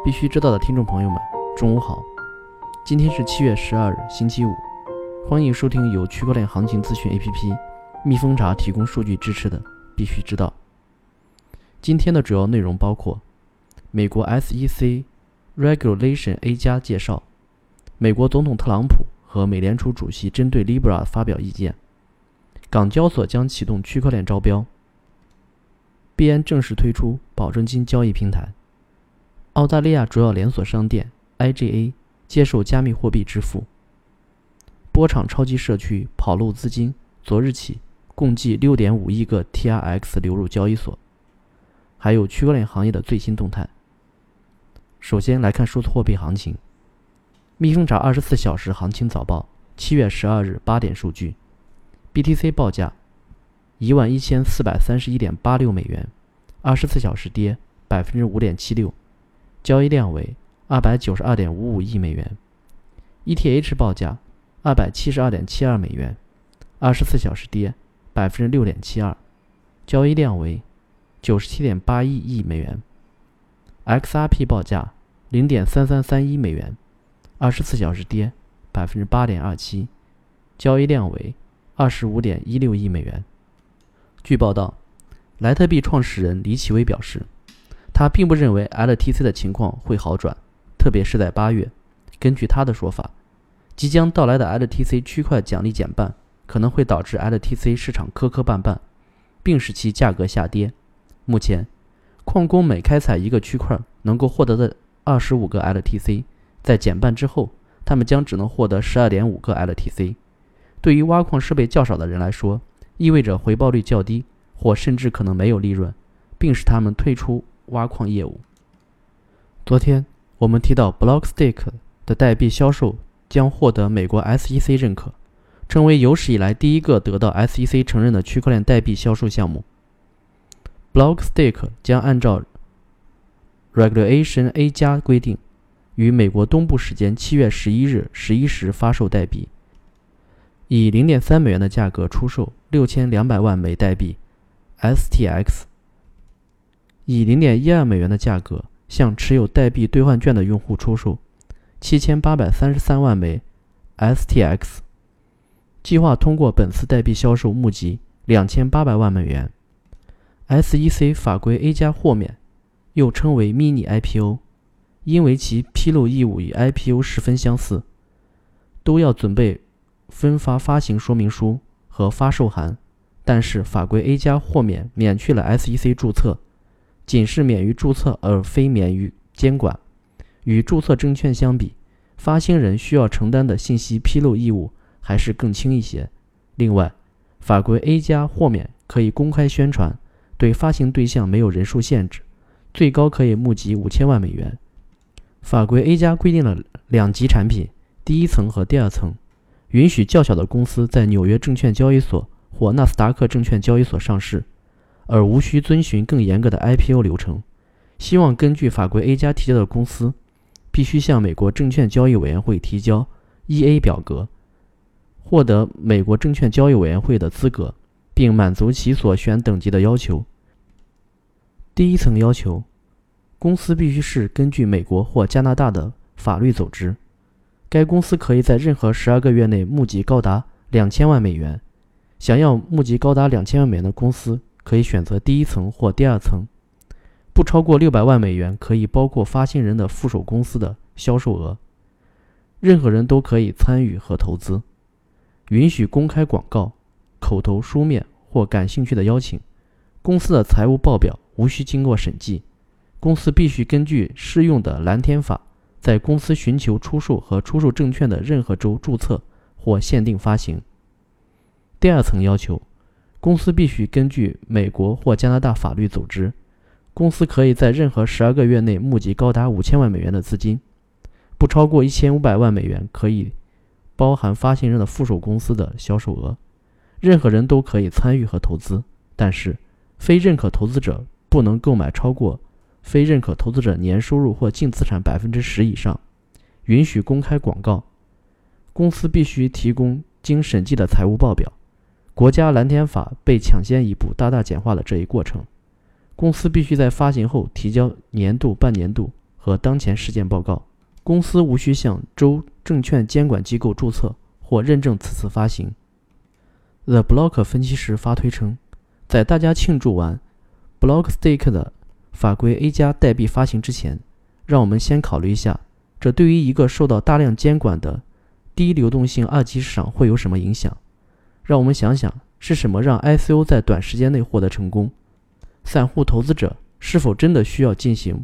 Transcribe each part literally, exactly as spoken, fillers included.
必须知道的听众朋友们，中午好！今天是七月十二日，星期五，欢迎收听由区块链行情咨询 A P P 蜜蜂茶提供数据支持的必须知道。今天的主要内容包括：美国 S E C Regulation A 加介绍，美国总统特朗普和美联储主席针对 Libra 发表意见，港交所将启动区块链招标，币安正式推出保证金交易平台，澳大利亚主要连锁商店 I G A 接受加密货币支付，波场超级社区跑路资金昨日起共计 六点五亿个 T R X 流入交易所，还有区块链行业的最新动态。首先来看数字货币行情，蜜蜂茶二十四小时行情早报七月十二日八点数据， B T C 报价 一万一千四百三十一点八六美元，二十四小时跌 百分之五点七六， 交易量为 二百九十二点五五亿美元。 E T H 报价 二百七十二点七二美元，二十四小时跌 百分之六点七二， 交易量为 九十七点八一亿美元。 X R P 报价 零点三三三一美元，二十四小时跌 百分之八点二七， 交易量为 二十五点一六亿美元。据报道，莱特币创始人李奇微表示，他并不认为 L T C 的情况会好转，特别是在八月。根据他的说法，即将到来的 L T C 区块奖励减半可能会导致 L T C 市场磕磕绊绊，并使其价格下跌。目前，矿工每开采一个区块能够获得的二十五个 L T C， 在减半之后，他们将只能获得 十二点五个 L T C。 对于挖矿设备较少的人来说，意味着回报率较低，或甚至可能没有利润，并使他们退出挖矿业务。昨天我们提到 Blockstake 的代币销售将获得美国 S E C 认可，成为有史以来第一个得到 S E C 承认的区块链代币销售项目。Blockstake 将按照 Regulation A 加规定，于美国东部时间七月十一日十一时发售代币，以 零点三美元的价格出售六千两百万枚代币 S T X， 以 零点一二美元的价格向持有代币兑换券的用户出售七千八百三十三万枚 S T X， 计划通过本次代币销售募集两千八百万美元。 S E C 法规 A 加豁免，又称为 Mini I P O， 因为其披露义务与 I P O 十分相似，都要准备分发发行说明书和发售函，但是法规 A 加豁免免去了 S E C 注册，仅是免于注册而非免于监管。与注册证券相比，发行人需要承担的信息披露义务还是更轻一些。另外，法规 A 加豁免可以公开宣传，对发行对象没有人数限制，最高可以募集五千万美元。法规 A 加规定了两级产品，第一层和第二层，允许较小的公司在纽约证券交易所或纳斯达克证券交易所上市，而无需遵循更严格的 I P O 流程。希望根据法规 A 加提交的公司必须向美国证券交易委员会提交 E A 表格，获得美国证券交易委员会的资格，并满足其所选等级的要求。第一层要求，公司必须是根据美国或加拿大的法律组织，该公司可以在任何十二个月内募集高达两千万美元。想要募集高达两千万美元的公司可以选择第一层或第二层，不超过六百万美元可以包括发行人的附属公司的销售额。任何人都可以参与和投资，允许公开广告、口头、书面或感兴趣的邀请。公司的财务报表无需经过审计，公司必须根据适用的蓝天法，在公司寻求出售和出售证券的任何州注册或限定发行。第二层要求，公司必须根据美国或加拿大法律组织，公司可以在任何十二个月内募集高达五千万美元的资金，不超过一千五百万美元可以包含发行人的附属公司的销售额。任何人都可以参与和投资，但是非认可投资者不能购买超过非认可投资者年收入或净资产 百分之十 以上。允许公开广告，公司必须提供经审计的财务报表。国家蓝天法被抢先一步大大简化了这一过程。公司必须在发行后提交年度、半年度和当前事件报告。公司无需向州证券监管机构注册或认证此次发行。The Block 分析师发推称，在大家庆祝完 Blockstake 的法规 A 加代币发行之前，让我们先考虑一下，这对于一个受到大量监管的低流动性二级市场会有什么影响。让我们想想，是什么让 I C O 在短时间内获得成功？散户投资者是否真的需要进行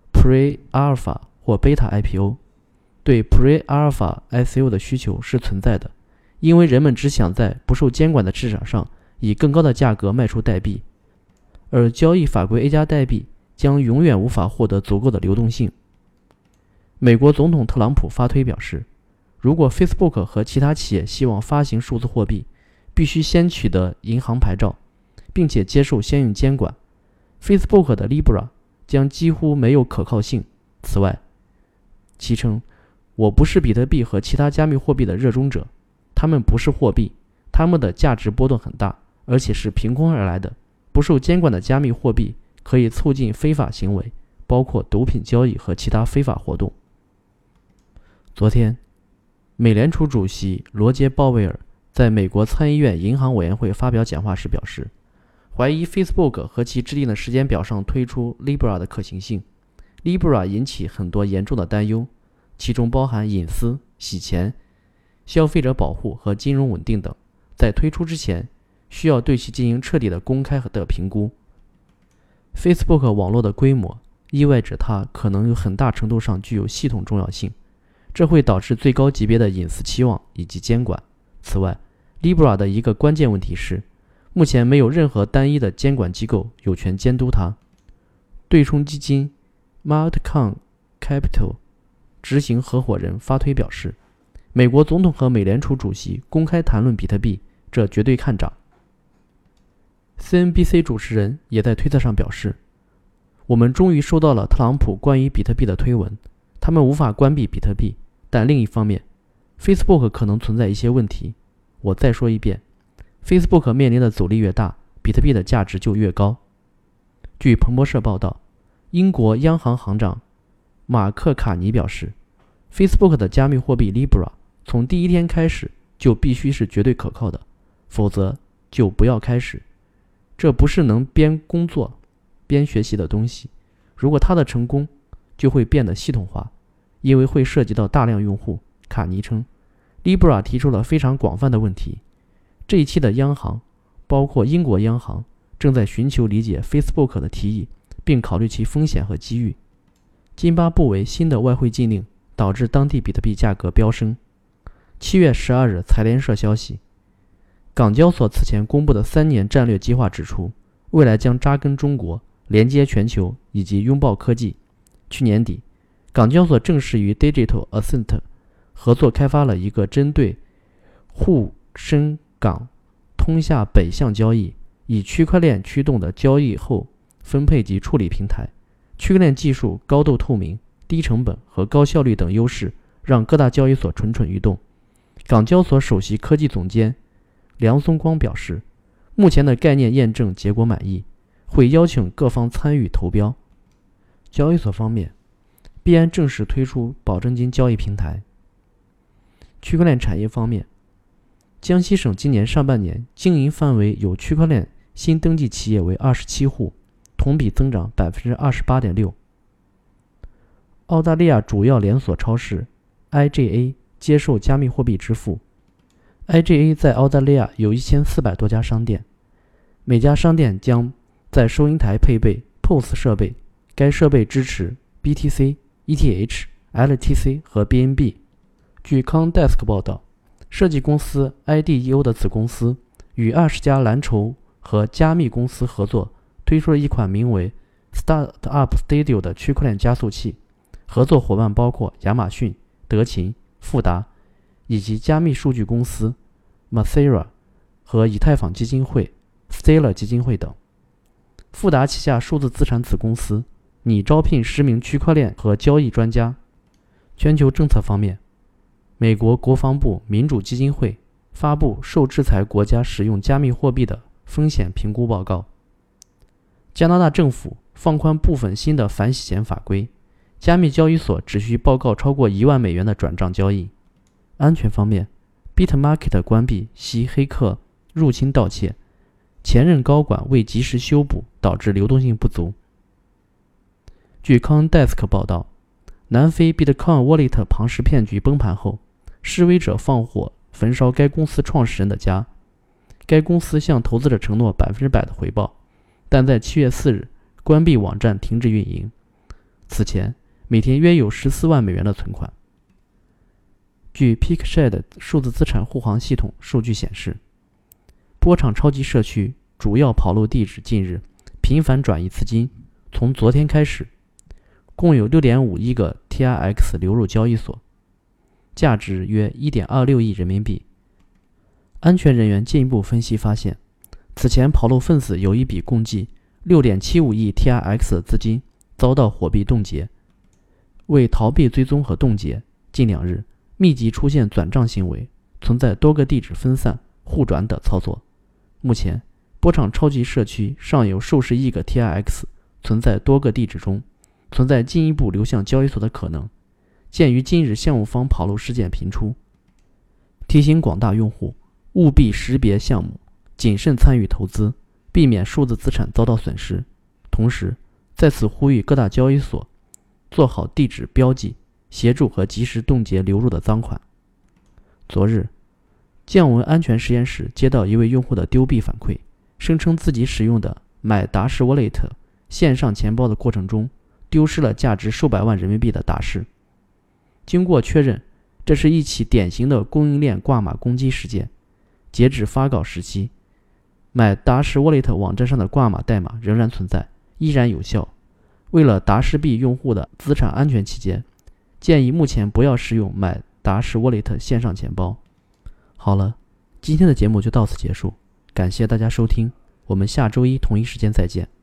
Pre-Alpha 或 Beta I P O？ 对 Pre-Alpha I C O 的需求是存在的，因为人们只想在不受监管的市场上以更高的价格卖出代币，而交易法规 A 加代币将永远无法获得足够的流动性。美国总统特朗普发推表示，如果 Facebook 和其他企业希望发行数字货币，必须先取得银行牌照，并且接受相应监管。Facebook 的 Libra 将几乎没有可靠性。此外，其称，我不是比特币和其他加密货币的热衷者，它们不是货币，它们的价值波动很大，而且是凭空而来的。不受监管的加密货币可以促进非法行为，包括毒品交易和其他非法活动。昨天，美联储主席罗杰·鲍威尔在美国参议院银行委员会发表讲话时表示，怀疑 Facebook 和其制定的时间表上推出 Libra 的可行性。Libra 引起很多严重的担忧，其中包含隐私、洗钱、消费者保护和金融稳定等。在推出之前，需要对其进行彻底的公开的评估。Facebook 网络的规模意味着它可能有很大程度上具有系统重要性，这会导致最高级别的隐私期望以及监管。此外， Libra 的一个关键问题是，目前没有任何单一的监管机构有权监督它。对冲基金 Multicon Capital 执行合伙人发推表示，美国总统和美联储主席公开谈论比特币，这绝对看涨。C N B C 主持人也在推特上表示，我们终于收到了特朗普关于比特币的推文，他们无法关闭比特币，但另一方面 Facebook 可能存在一些问题。我再说一遍， Facebook 面临的阻力越大，比特币的价值就越高。据彭博社报道，英国央行行长马克卡尼表示， Facebook 的加密货币 Libra 从第一天开始就必须是绝对可靠的，否则就不要开始。这不是能边工作边学习的东西，如果它的成功就会变得系统化，因为会涉及到大量用户。卡尼称， Libra 提出了非常广泛的问题。这一期的央行，包括英国央行，正在寻求理解 Facebook 的提议，并考虑其风险和机遇。津巴布韦新的外汇禁令导致当地比特币价格飙升。七月十二日，财联社消息，港交所此前公布的三年战略计划指出，未来将扎根中国，连接全球以及拥抱科技。去年底，港交所正式与 Digital Ascent 合作开发了一个针对沪深港通下北向交易，以区块链驱动的交易后分配及处理平台。区块链技术高度透明、低成本和高效率等优势，让各大交易所蠢蠢欲动。港交所首席科技总监梁松光表示，目前的概念验证结果满意，会邀请各方参与投标。交易所方面，币安正式推出保证金交易平台。区块链产业方面，江西省今年上半年经营范围有区块链新登记企业为二十七户，同比增长 百分之二十八点六。 澳大利亚主要连锁超市 I G A 接受加密货币支付。 I G A 在澳大利亚有一千四百多家商店，每家商店将在收银台配备 P O S 设备，该设备支持 B T C、E T H、L T C 和 B N B。 据 CoinDesk 报道，设计公司 I D E O 的子公司与二十家蓝筹和加密公司合作，推出了一款名为 Startup Studio 的区块链加速器。合作伙伴包括亚马逊、德勤、富达以及加密数据公司 Masera 和以太坊基金会 Stellar 基金会等。富达旗下数字资产子公司拟招聘十名区块链和交易专家。全球政策方面，美国国防部民主基金会发布受制裁国家使用加密货币的风险评估报告。加拿大政府放宽部分新的反洗钱法规， 加密交易所只需报告超过一万美元的转账交易。安全方面 ，Bitmarket 关闭系黑客入侵盗窃，前任高管未及时修补，导致流动性不足。据 CoinDesk 报道，南非 Bitcoin Wallet 庞氏骗局崩盘后，示威者放火焚烧该公司创始人的家。该公司向投资者承诺百分之百的回报，但在七月四日关闭网站，停止运营。此前每天约有十四万美元的存款。据 PeakShares 数字资产护航系统数据显示，波场超级社区主要跑路地址近日频繁转移资金，从昨天开始，共有 六点五亿个 T R X 流入交易所，价值约 一点二六亿人民币。安全人员进一步分析发现，此前跑路分子有一笔共计 六点七五亿 T R X 的资金遭到货币冻结。为逃避追踪和冻结，近两日密集出现转账行为，存在多个地址分散、互转的操作。目前，波场超级社区尚有数十亿个 T R X 存在多个地址中，存在进一步流向交易所的可能。鉴于今日项目方跑路事件频出，提醒广大用户务必识别项目，谨慎参与投资，避免数字资产遭到损失。同时，在此呼吁各大交易所做好地址标记，协助和及时冻结流入的赃款。昨日，降文安全实验室接到一位用户的丢币反馈，声称自己使用的买达士 Wallet 线上钱包的过程中，丢失了价值数百万人民币的达士。经过确认，这是一起典型的供应链挂码攻击事件。截止发稿时期，买达士 Wallet 网站上的挂码代码仍然存在，依然有效。为了达士币用户的资产安全起见，建议目前不要使用买达士 Wallet 线上钱包。好了，今天的节目就到此结束，感谢大家收听，我们下周一同一时间再见。